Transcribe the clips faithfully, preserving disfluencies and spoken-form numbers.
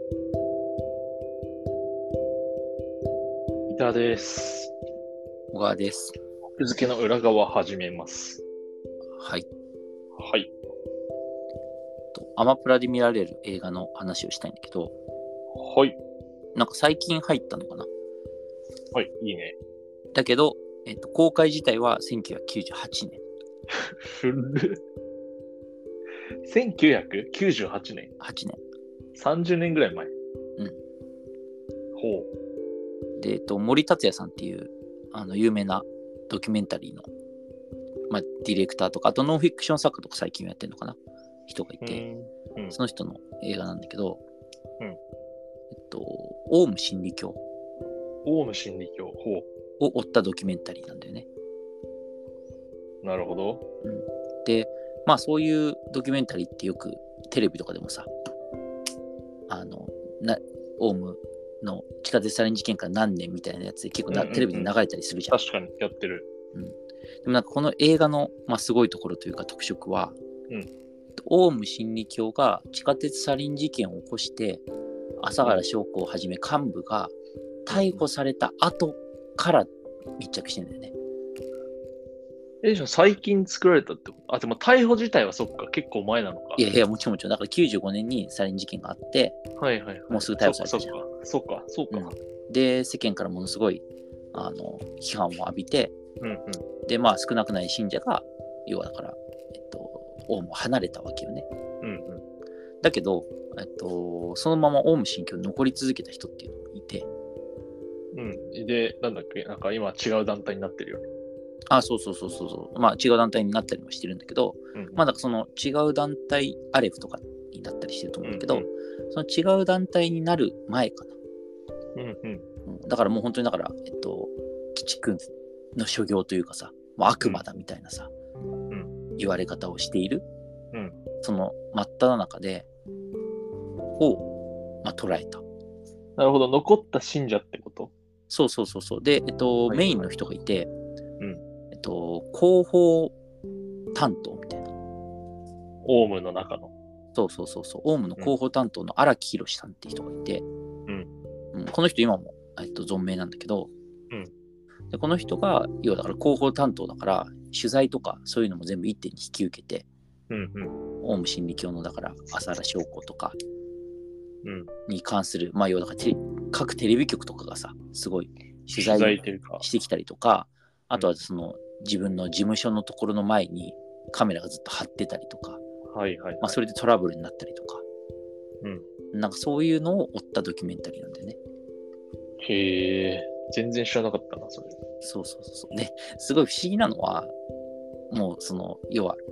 三田です。 小川です。 日付の裏側始めます。 はい。 はい。 とアマプラで見られる映画の話をしたいんだけど、 はい。 なんか最近入ったのかな。 はい、いいね。 だけど、えっと、公開自体はせんきゅうひゃくきゅうじゅうはちねん。 古っ。せんきゅうひゃくきゅうじゅうはちねん。 はちねん。 さんじゅうねんぐらい前。 うん。 ほう。で、えっと、森達也さんっていうあの有名なドキュメンタリーの、まあ、ディレクターとか、あとノンフィクション作家とか最近やってるのかな人がいて、うん、その人の映画なんだけど、うん、えっと、オウム真理教。 オウム真理教。ほう。 を追ったドキュメンタリーなんだよね。 なるほど。 うん、で、まあそういうドキュメンタリーってよくテレビとかでもさ、あの、なオウムの地下鉄サリン事件から何年みたいなやつで結構な、うんうんうん、テレビで流れたりするじゃん。 確かにやってる。 うん。でもなんかこの映画の、まあ、すごいところというか特色は、 うん、 オウム真理教が地下鉄サリン事件を起こして朝原将子をはじめ幹部が逮捕された後から密着してんだよね。 え、じゃあ最近作られたってこと？あ、でも逮捕自体はそっか、結構前なのか。 いやいや、もちろんもちろん。だからきゅうじゅうごねんにサリン事件があって、 はいはいはい、 もうすぐ逮捕されたじゃん。 そっか、そっか、そうか、 うん。で、世間からものすごいあの批判を浴びて、 うんうん、 で、まあ少なくない信者が、要はだから、えっと、オウムを離れたわけよね。 うんうん、 だけど、えっと、そのままオウム真理教に残り続けた人っていうのがいて、 うん。で、なんだっけ、なんか今違う団体になってるよね。 あ、そうそうそうそう。まあ違う団体になったりもしてるんだけど、うん、まあだからその違う団体、アレフとかになったりしてると思うんだけど、うんうん、その違う団体になる前かな。うんうん、だからもう本当にだから、えっと、鬼畜の所業というかさ、もう悪魔だみたいなさ、うん、言われ方をしている、うん、その真っ只中で、を、まあ、捉えた。 なるほど、残った信者ってこと？ そうそうそうそう。で、えっと、はいはい、メインの人がいて、うん、えっと、広報担当みたいな。 オウムの中の。 そうそうそうそう。オウムの広報担当の荒木宏さんって人がいて、うんうん、この人今も、えっと、存命なんだけど、うん、でこの人が要はだから広報担当だから取材とかそういうのも全部一手に引き受けて、うんうん、オウム真理教のだから朝原将子とかに関する、うん、まあ要はだからテ各テレビ局とかがさすごい取材してきたりとか、あとはその自分の事務所のところの前にカメラがずっと張ってたりとか、はいはいはい、まあ、それでトラブルになったりとか、うん、なんかそういうのを追ったドキュメンタリーなんだよね。 へえ、全然知らなかったなそれ。 そうそうそう。ですごい不思議なのは、もうその要は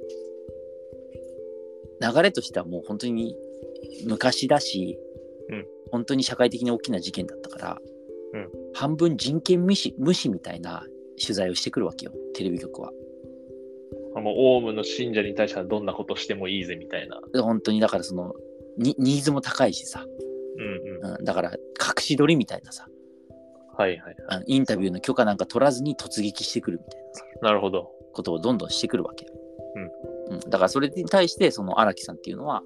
流れとしてはもう本当に昔だし、うん、本当に社会的に大きな事件だったから、うん、半分人権無視無視みたいな取材をしてくるわけよ、テレビ局は。 もうオウムの信者に対してはどんなことしてもいいぜみたいな。 本当にだからそのニーズも高いしさ、うんうんうん、だから隠し撮りみたいなさ、はいはいはい、インタビューの許可なんか取らずに突撃してくるみたいなさ、 なるほど、 ことをどんどんしてくるわけ、うんうん、だからそれに対してその荒木さんっていうのは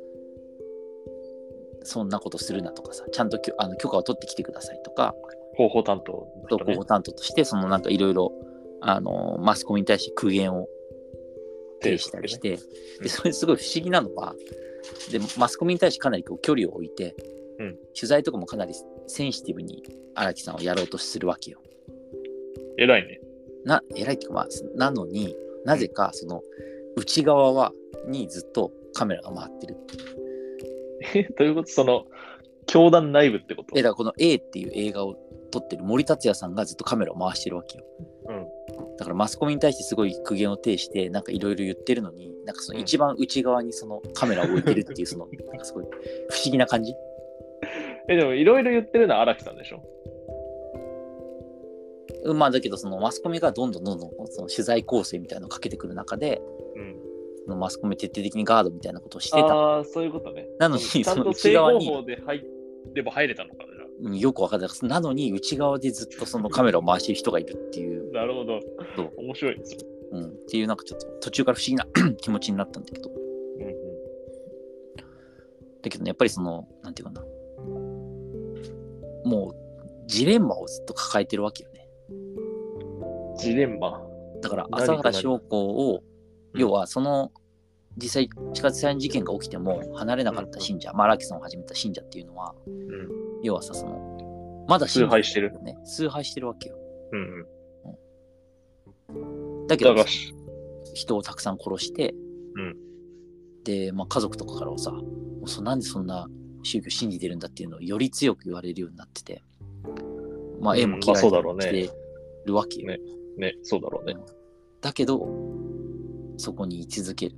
そんなことするなとかさ、ちゃんとあの許可を取ってきてくださいとか、 広報担当、 ね、広報担当としてそのなんかいろいろあのマスコミに対して苦言を呈したりして、ね、でそれすごい不思議なのは、でマスコミに対してかなりこう距離を置いて、うん、取材とかもかなりセンシティブに荒木さんをやろうとするわけよ。偉いね。 な偉いっていうか、まあ、なのになぜかその内側はにずっとカメラが回ってる。 え、どういうこと？その教団内部ってこと？ え、だからこの A っていう映画を撮ってる森達也さんがずっとカメラを回してるわけよ。うん。だからマスコミに対してすごい苦言を呈してなんかいろいろ言ってるのに、なんかその一番内側にそのカメラを置いてるっていうそのなんかすごい不思議な感じ。 え、でもいろいろ言ってるのは荒木さんでしょ？ うん、まあだけどそのマスコミがどんどんどんどんその取材構成みたいなのをかけてくる中で、うん、のマスコミ徹底的にガードみたいなことをしてた。 ああ、そういうことね。 なのにその内側にちゃんと正方法で入れば入れたのかな。 うん、よくわかんない。なのに内側でずっとそのカメラを回してる人がいるっていう。 なるほど。面白いですよ。 うん。っていうなんかちょっと途中から不思議な気持ちになったんだけど。うんうん。 だけどね、やっぱりその、なんていうかな、もうジレンマをずっと抱えてるわけよね。 ジレンマ。 だから朝原将校を、要はその実際地下鉄サリン事件が起きても離れなかった信者、うん、まあ荒木さんを始めた信者っていうのは、うん、要はさ、そのまだ崇拝してるね、崇拝してるわけよ。 うんうん、だけど人をたくさん殺して、うん、で、まあ、家族とかからはさ、もうそなんでそんな宗教信じてるんだっていうのをより強く言われるようになってて、まあ、絵も嫌いにしてるわけよ。 ね、ね、そうだろうね。 だけど、そこに居続ける。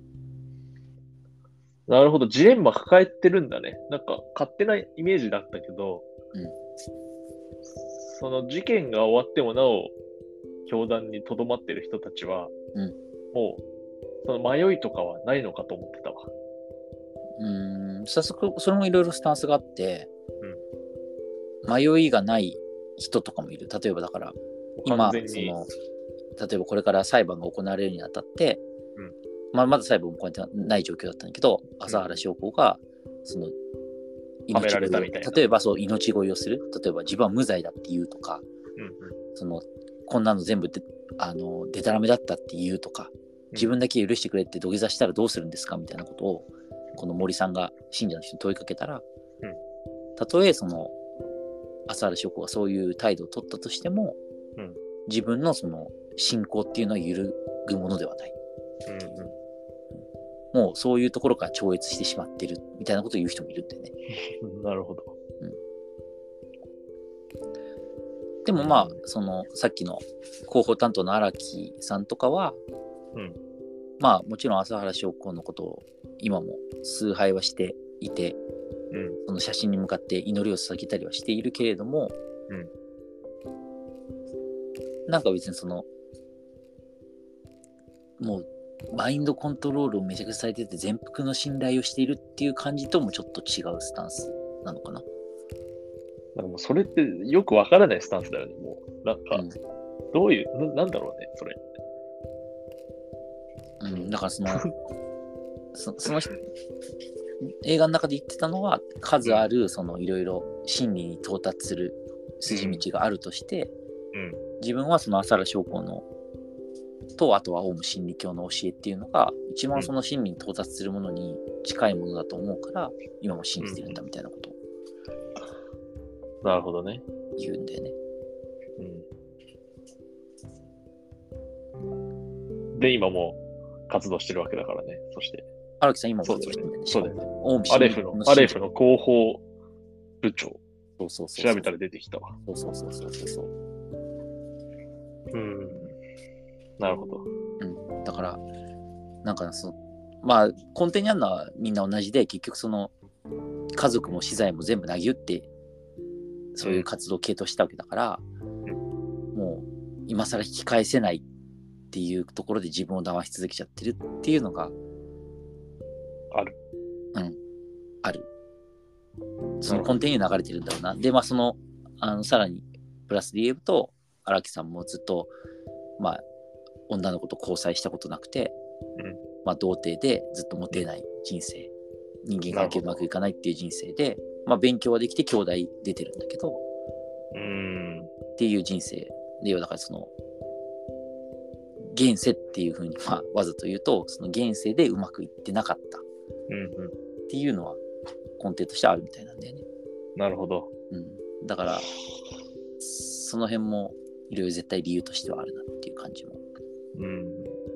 なるほど、ジレンマ抱えてるんだね。なんか勝手なイメージだったけど、うん、その事件が終わってもなお教団にとどまってる人たちは、うん、もうその迷いとかはないのかと思ってたわ。 うーん、早速それもいろいろスタンスがあって、うん、迷いがない人とかもいる。例えばだから今その例えばこれから裁判が行われるにあたって、うん、まあ、まだ裁判もこうやってない状況だったんだけど、朝原将校がその命乞いを例えばそう命乞いをする、例えば自分は無罪だって言うとか、うんうん、そのこんなの全部であのデタラメだったって言うとか、自分だけ許してくれって土下座したらどうするんですかみたいなことをこの森さんが信者の人に問いかけたら、うん、たとえその朝原将校がそういう態度を取ったとしても、うん、自分のその信仰っていうのは揺るぐものではない、うんうん、もうそういうところから超越してしまってるみたいなことを言う人もいるんだよね。 なるほど、うん、 でもまあそのさっきの広報担当の荒木さんとかは、うん、まあもちろん朝原将校のことを今も崇拝はしていて、うん、その写真に向かって祈りを捧げたりはしているけれども、うん、なんか別にそのもうマインドコントロールをめちゃくちゃされてて全幅の信頼をしているっていう感じともちょっと違うスタンスなのかな。 なんかもうそれってよくわからないスタンスだよね。もうなんか、うん、どういうな、なんだろうねそれ。 うん、だからそのそ, その映画の中で言ってたのは数あるそのいろいろ真理に到達する筋道があるとして、うんうん、自分はその朝原将校のとあとはオウム真理教の教えっていうのが一番その真理に到達するものに近いものだと思うから、うん、今も信じてるんだみたいなことを、 うん、なるほどね言うんだよね、 うん、で今も活動してるわけだからね。そして荒木さん今も活動してるんだよね。そうだよね。オウムアレフのアレフの広報部長。 そうそうそう。 調べたら出てきたわ。 そうそうそうそうそう。 うん。なるほど。 うん。だからなんかそのまあ根底にあるのはみんな同じで、結局その家族も資材も全部なぎ打ってそういう活動を系統したわけだから、うん、もう今更引き返せないっていうところで自分を騙し続けちゃってるっていうのがある。 うん、ある。その根底に流れてるんだろうな。で、まあその、あのさらにプラスで言うと、荒木さんもずっと、まあ、女の子と交際したことなくて、うん、まあ童貞でずっとモテない人生、人間関係うまくいかないっていう人生で、まあ勉強はできて兄弟出てるんだけど、うーんっていう人生で、だからその、現世っていうふうに、まあ、わざと言うと、その現世でうまくいってなかった。うんうん、っていうのは根底としてあるみたいなんだよね。 なるほど。 うん、だからその辺もいろいろ絶対理由としてはあるなっていう感じも。うん。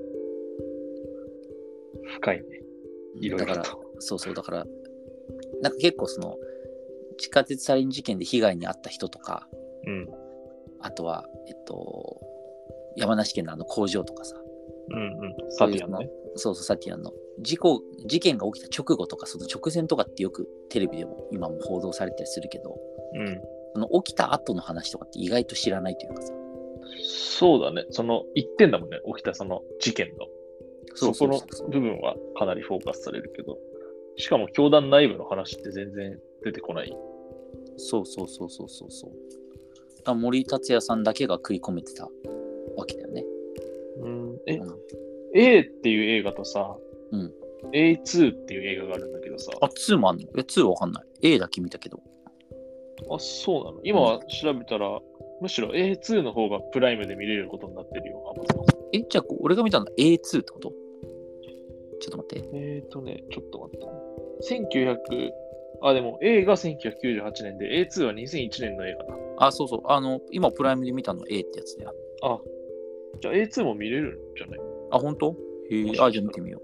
深いね。いろいろと。 だからそうそうだからなんか結構その地下鉄サリン事件で被害に遭った人とか、うん、あとはえっと山梨県のあの工場とかさ、 うんうん、サティアンね。 そうそう、サティアンの事故、事件が起きた直後とか、その直前とかってよくテレビでも今も報道されたりするけど、うん、その起きた後の話とかって意外と知らないというかさ。 そうだね。その一点だもんね、起きたその事件の。そこの部分はかなりフォーカスされるけど、しかも教団内部の話って全然出てこない。 そうそうそうそうそうそう。だ森達也さんだけが食い込めてたわけだよね。 うん、え、うん、A っていう映画とさ、うん、 エーツー っていう映画があるんだけどさ。 あ、ツーもあんの？いや、ツーはわかんない。A だけ見たけど。 あ、そうなの。今は調べたら、うん、むしろ エーツー の方がプライムで見れることになってるよ、Amazon。 え、じゃあ、俺が見たのは エーツー ってこと？ちょっと待って。 えーとね、ちょっと待ってね。せんきゅうひゃく、あ、でも A がせんきゅうひゃくきゅうじゅうはちねんで エーツー はにせんいちねんの映画だ。 あ、そうそう。あの、今プライムで見たの A ってやつだよ。 あ、じゃあ エーツー も見れるんじゃない？ あ、本当？へえ、あ、じゃあ見てみよ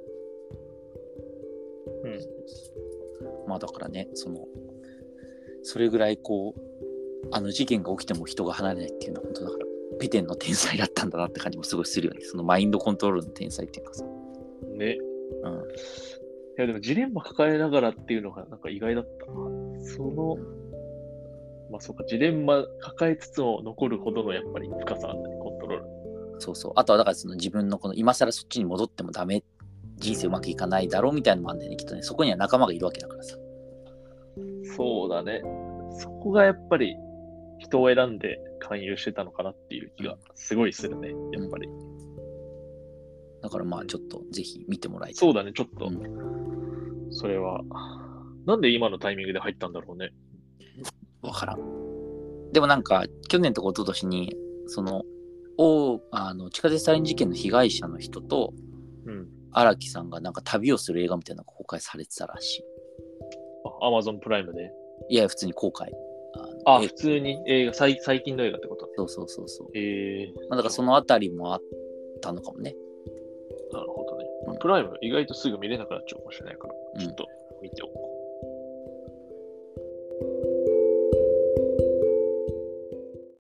う。うん。 まあだからね、その、それぐらいこう、あの事件が起きても人が離れないっていうのは本当だから、ペテンの天才だったんだなって感じもすごいするよね。そのマインドコントロールの天才っていうかさ。 ね。うん。いやでもジレンマ抱えながらっていうのがなんか意外だったな。その、まあそうか、ジレンマ抱えつつも残るほどのやっぱり深さなんだね、コントロール。 そうそう。あとはだからその自分のこの今更そっちに戻ってもダメ、人生うまくいかないだろうみたいなのもあるんだよね、きっとね。そこには仲間がいるわけだからさ。 そうだね。そこがやっぱり人を選んで勧誘してたのかなっていう気がすごいするね、やっぱり。 だからまあちょっとぜひ見てもらいたい。 そうだね、ちょっと。うん、それは。なんで今のタイミングで入ったんだろうね。 わからん。でもなんか去年とか一昨年にそのおあの地下鉄サリン事件の被害者の人と荒、うん、木さんがなんか旅をする映画みたいなのが公開されてたらしい。 あ、Amazon プライムで？ いや普通に公開。 あ、あ普通に映画最、最近の映画ってこと？ そうそうそうそう。 えー、 まあだからそのあたりもあったのかもね。 なるほどね。まあ、プライム意外とすぐ見れなくなっちゃうかもしれないから、うん、ちょっと見ておこう。